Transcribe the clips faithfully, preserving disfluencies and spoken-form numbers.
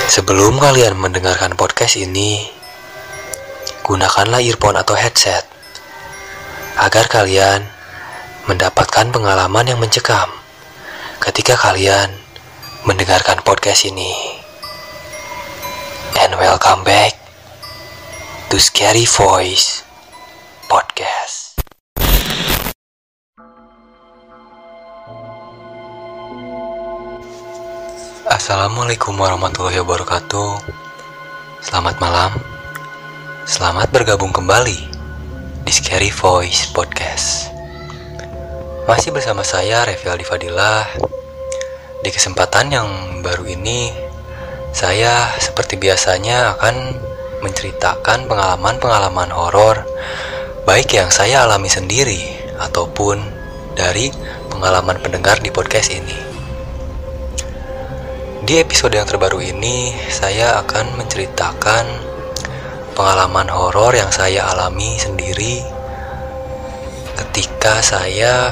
Sebelum kalian mendengarkan podcast ini, gunakanlah earphone atau headset agar kalian mendapatkan pengalaman yang mencekam ketika kalian mendengarkan podcast ini. And welcome back to Scary Voice Podcast. Assalamualaikum warahmatullahi wabarakatuh. Selamat malam. Selamat bergabung kembali di Scary Voice Podcast. Masih bersama saya Revi Aldi Fadilah. Di kesempatan yang baru ini, saya seperti biasanya akan menceritakan pengalaman-pengalaman horor, baik yang saya alami sendiri ataupun dari pengalaman pendengar di podcast ini. Di episode yang terbaru ini, saya akan menceritakan pengalaman horor yang saya alami sendiri ketika saya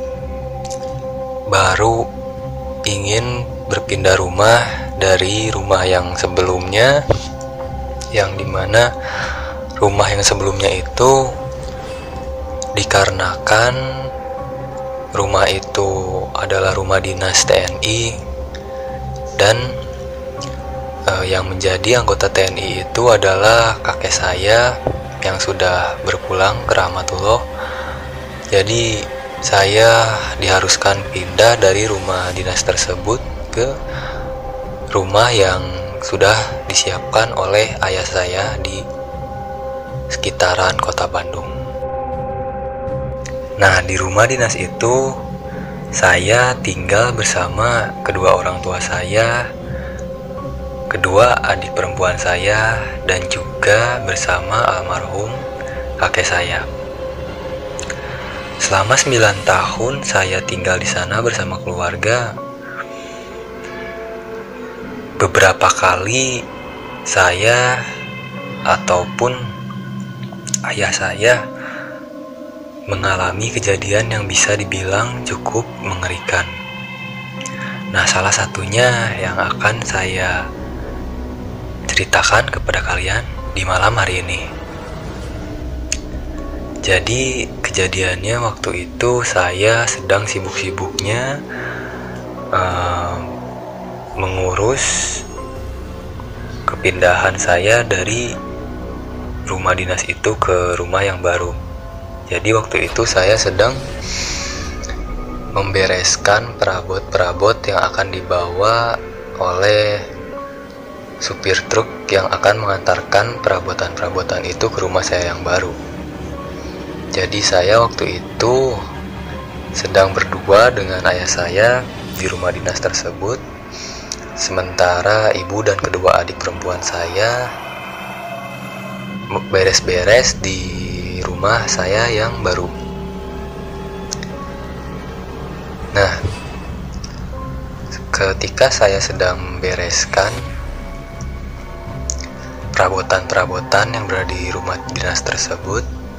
baru ingin berpindah rumah dari rumah yang sebelumnya, yang dimana rumah yang sebelumnya itu dikarenakan rumah itu adalah rumah dinas T N I. Dan uh, yang menjadi anggota T N I itu adalah kakek saya yang sudah berpulang ke rahmatullah. Jadi saya diharuskan pindah dari rumah dinas tersebut ke rumah yang sudah disiapkan oleh ayah saya di sekitaran kota Bandung. Nah, di rumah dinas itu saya tinggal bersama kedua orang tua saya, kedua adik perempuan saya, dan juga bersama almarhum kakek saya. Selama sembilan tahun saya tinggal di sana bersama keluarga. Beberapa kali saya ataupun ayah saya mengalami kejadian yang bisa dibilang cukup mengerikan. Nah, salah satunya yang akan saya ceritakan kepada kalian di malam hari ini. Jadi, kejadiannya waktu itu saya sedang sibuk-sibuknya uh, mengurus kepindahan saya dari rumah dinas itu ke rumah yang baru. Jadi waktu itu saya sedang membereskan perabot-perabot yang akan dibawa oleh supir truk yang akan mengantarkan perabotan-perabotan itu ke rumah saya yang baru. Jadi saya waktu itu sedang berdua dengan ayah saya di rumah dinas tersebut, sementara ibu dan kedua adik perempuan saya beres-beres di rumah saya yang baru. Nah, ketika saya sedang membereskan perabotan-perabotan yang berada di rumah dinas tersebut,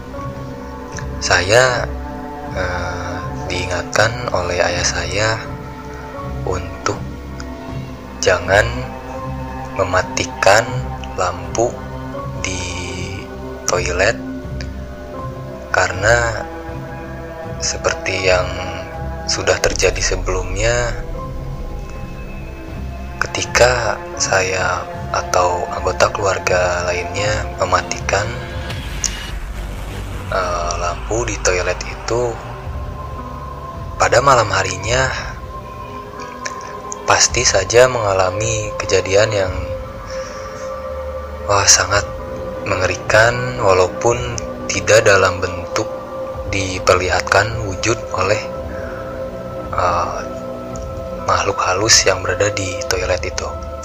saya eh, diingatkan oleh ayah saya untuk jangan mematikan lampu di toilet, karena seperti yang sudah terjadi sebelumnya, ketika saya atau anggota keluarga lainnya mematikan uh, lampu di toilet itu, pada malam harinya pasti saja mengalami kejadian yang wah sangat mengerikan, walaupun tidak dalam bentuk diperlihatkan wujud oleh uh, makhluk halus yang berada di toilet itu.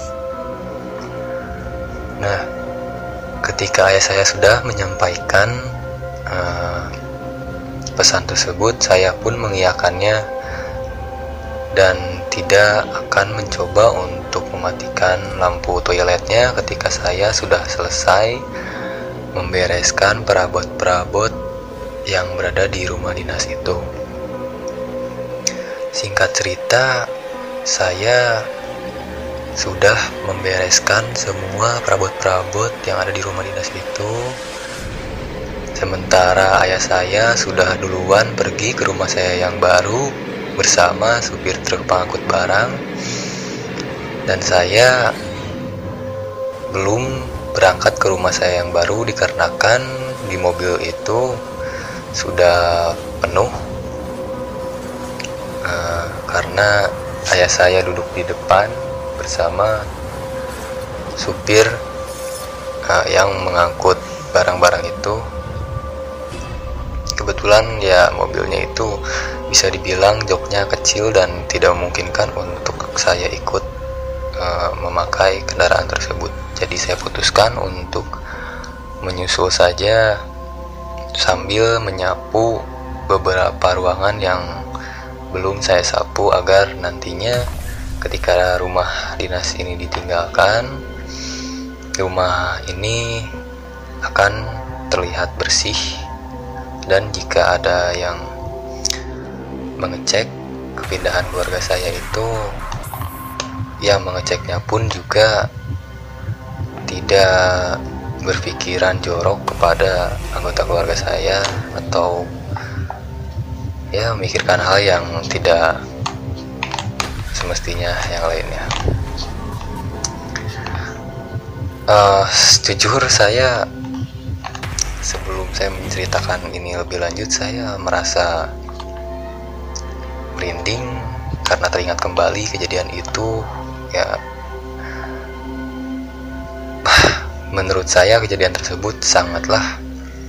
Nah, ketika ayah saya sudah menyampaikan uh, pesan tersebut, saya pun mengiyakannya dan tidak akan mencoba untuk mematikan lampu toiletnya ketika saya sudah selesai membereskan perabot-perabot yang berada di rumah dinas itu. Singkat cerita, saya sudah membereskan semua perabot-perabot yang ada di rumah dinas itu. Sementara ayah saya sudah duluan pergi ke rumah saya yang baru bersama supir truk pengangkut barang, dan saya belum berangkat ke rumah saya yang baru dikarenakan di mobil itu sudah penuh, uh, karena ayah saya duduk di depan bersama supir uh, yang mengangkut barang-barang itu. Kebetulan ya mobilnya itu bisa dibilang joknya kecil dan tidak memungkinkan untuk saya ikut uh, memakai kendaraan tersebut. Jadi saya putuskan untuk menyusul saja sambil menyapu beberapa ruangan yang belum saya sapu agar nantinya ketika rumah dinas ini ditinggalkan, rumah ini akan terlihat bersih, dan jika ada yang mengecek kepindahan keluarga saya itu, ya mengeceknya pun juga tidak berpikiran jorok kepada anggota keluarga saya atau ya memikirkan hal yang tidak semestinya yang lainnya. Uh, jujur saya sebelum saya menceritakan ini lebih lanjut, saya merasa merinding karena teringat kembali kejadian itu. Ya, menurut saya kejadian tersebut sangatlah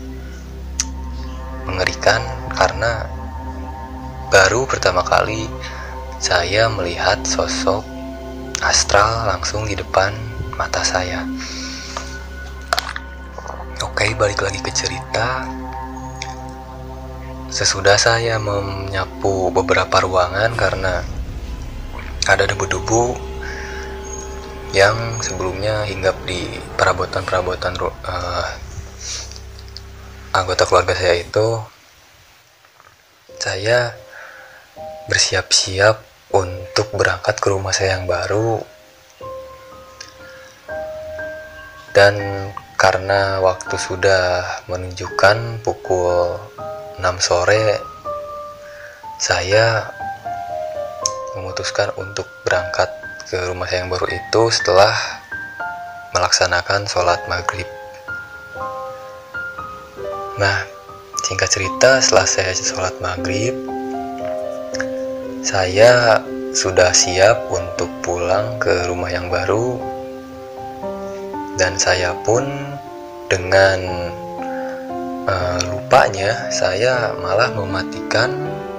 mengerikan karena baru pertama kali saya melihat sosok astral langsung di depan mata saya. Oke, balik lagi ke cerita. Sesudah saya menyapu beberapa ruangan karena ada debu-debu yang sebelumnya hinggap di perabotan-perabotan uh, anggota keluarga saya itu, saya bersiap-siap untuk berangkat ke rumah saya yang baru. Dan karena waktu sudah menunjukkan pukul enam sore, saya memutuskan untuk berangkat ke rumah saya yang baru itu setelah melaksanakan sholat maghrib. Nah, singkat cerita, setelah saya sholat maghrib, saya sudah siap untuk pulang ke rumah yang baru, dan saya pun dengan uh, lupanya saya malah mematikan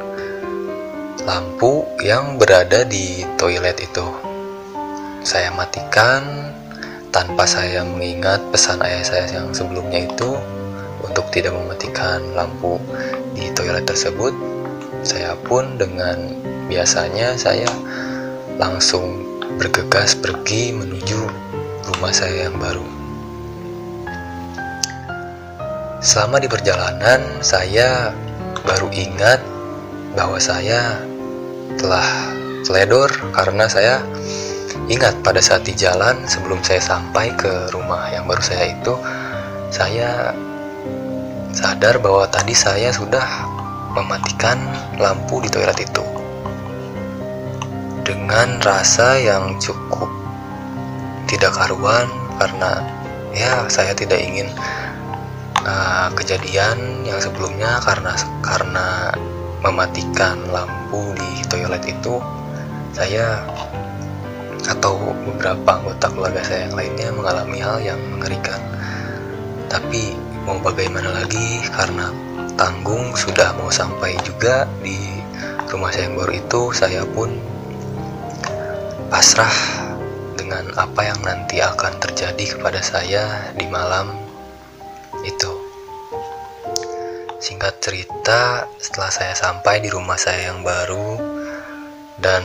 lampu yang berada di toilet itu. Saya matikan tanpa saya mengingat pesan ayah saya yang sebelumnya itu untuk tidak mematikan lampu di toilet tersebut. Saya pun dengan biasanya saya langsung bergegas pergi menuju rumah saya yang baru. Selama di perjalanan, saya baru ingat bahwa saya telah teledor karena saya ingat pada saat di jalan sebelum saya sampai ke rumah yang baru saya itu, saya sadar bahwa tadi saya sudah mematikan lampu di toilet itu. Dengan rasa yang cukup tidak karuan karena ya saya tidak ingin uh, kejadian yang sebelumnya karena karena mematikan lampu di toilet itu saya atau beberapa anggota keluarga saya yang lainnya mengalami hal yang mengerikan. Tapi mau bagaimana lagi, karena tanggung sudah mau sampai juga di rumah saya yang baru itu, saya pun pasrah dengan apa yang nanti akan terjadi kepada saya di malam itu. Singkat cerita, setelah saya sampai di rumah saya yang baru dan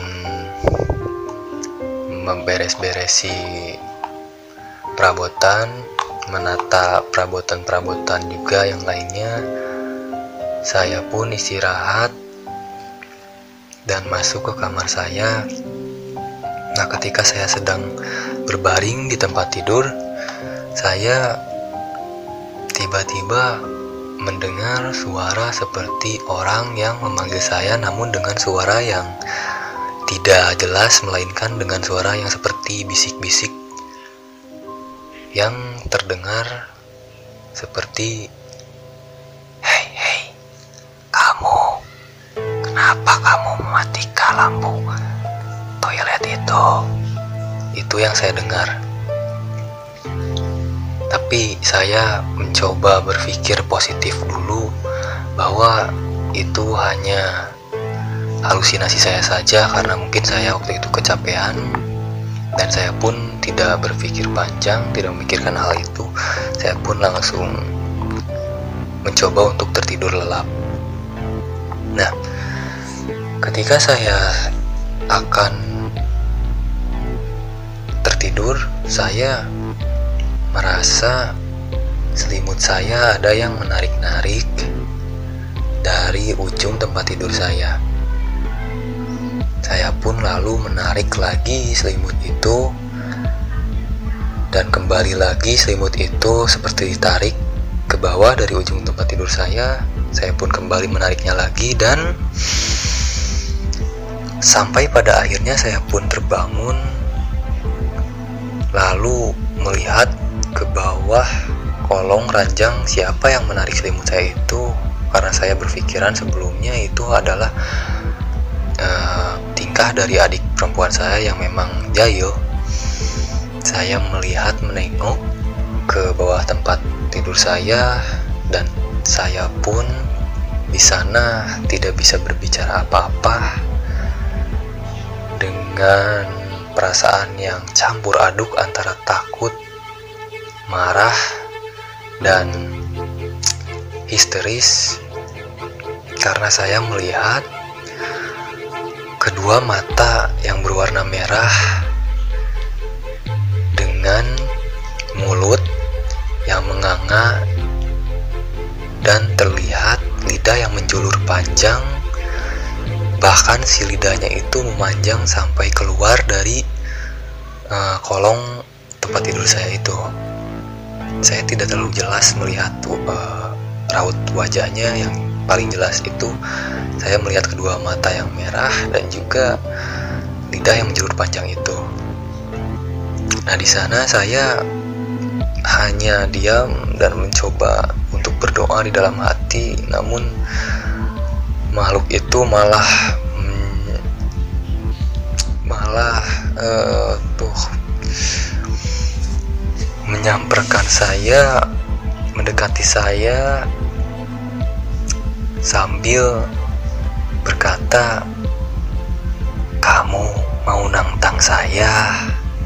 memberes-beresi perabotan, menata perabotan-perabotan juga yang lainnya, saya pun istirahat dan masuk ke kamar saya. Nah, ketika saya sedang berbaring di tempat tidur, saya tiba-tiba mendengar suara seperti orang yang memanggil saya, namun dengan suara yang tidak jelas, melainkan dengan suara yang seperti bisik-bisik yang terdengar seperti, "Hei, hei, kamu, kenapa kamu mematikan lampu toilet itu?" Itu yang saya dengar. Tapi saya mencoba berpikir positif dulu bahwa itu hanya halusinasi saya saja, karena mungkin saya waktu itu kecapean dan saya pun tidak berpikir panjang, tidak memikirkan hal itu. Saya pun langsung mencoba untuk tertidur lelap. Nah, ketika saya akan tertidur, saya merasa selimut saya ada yang menarik-narik dari ujung tempat tidur saya. Saya pun lalu menarik lagi selimut itu, dan kembali lagi selimut itu seperti ditarik ke bawah dari ujung tempat tidur saya. Saya pun kembali menariknya lagi, dan sampai pada akhirnya saya pun terbangun, lalu melihat ke bawah kolong ranjang siapa yang menarik selimut saya itu, karena saya berpikiran sebelumnya itu adalah uh, tingkah dari adik perempuan saya yang memang jahil. Saya melihat menengok ke bawah tempat tidur saya, dan saya pun di sana tidak bisa berbicara apa-apa, dengan perasaan yang campur aduk antara takut, marah, dan histeris, karena saya melihat kedua mata yang berwarna merah dengan mulut yang menganga dan terlihat lidah yang menjulur panjang, bahkan si lidahnya itu memanjang sampai keluar dari uh, kolong tempat tidur saya itu. Saya tidak terlalu jelas melihat uh, raut wajahnya. Yang paling jelas itu saya melihat kedua mata yang merah dan juga lidah yang menjulur panjang itu. Nah, di sana saya hanya diam dan mencoba untuk berdoa di dalam hati, namun makhluk itu malah hmm, malah uh, tuh menyamperkan saya, mendekati saya sambil berkata, "Kamu mau nantang saya?"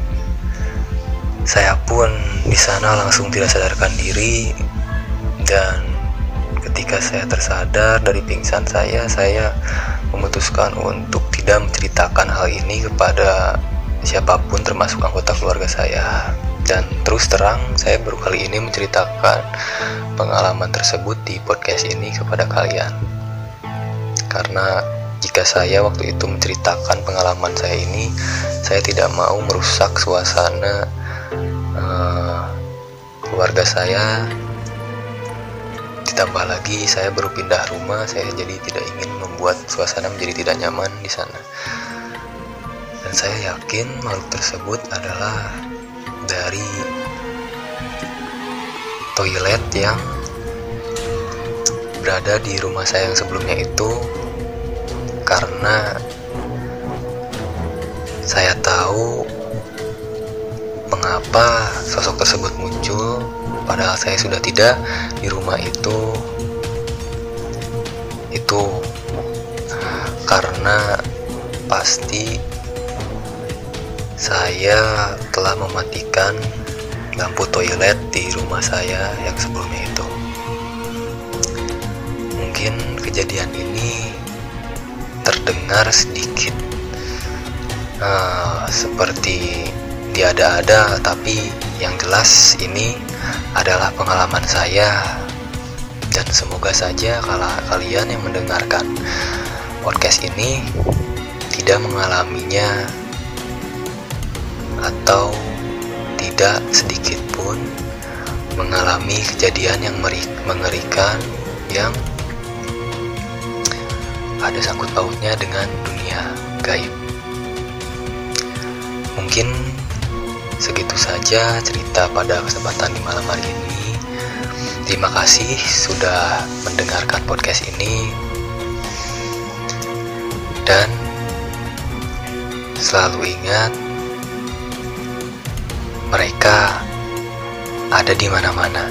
Saya pun di sana langsung tidak sadarkan diri, dan ketika saya tersadar dari pingsan saya, saya memutuskan untuk tidak menceritakan hal ini kepada siapapun termasuk anggota keluarga saya. Dan terus terang, saya baru kali ini menceritakan pengalaman tersebut di podcast ini kepada kalian. Karena jika saya waktu itu menceritakan pengalaman saya ini, saya tidak mau merusak suasana uh, keluarga saya. Ditambah lagi saya baru pindah rumah, saya jadi tidak ingin membuat suasana menjadi tidak nyaman di sana. Dan saya yakin makhluk tersebut adalah dari toilet yang berada di rumah saya yang sebelumnya itu, karena saya tahu mengapa sosok tersebut muncul padahal saya sudah tidak di rumah itu. Itu karena pasti saya telah mematikan lampu toilet di rumah saya yang sebelumnya itu. Mungkin kejadian ini terdengar sedikit uh, seperti diada-ada, tapi yang jelas ini adalah pengalaman saya, dan semoga saja kalau kalian yang mendengarkan podcast ini tidak mengalaminya atau tidak sedikit pun mengalami kejadian yang mengerikan yang ada sangkut pautnya dengan dunia gaib. Mungkin segitu saja cerita pada kesempatan di malam hari ini. Terima kasih sudah mendengarkan podcast ini. Dan selalu ingat, mereka ada di mana-mana.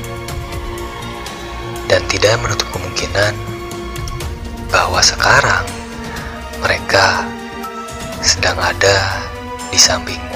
Dan tidak menutup kemungkinan bahwa sekarang mereka sedang ada di samping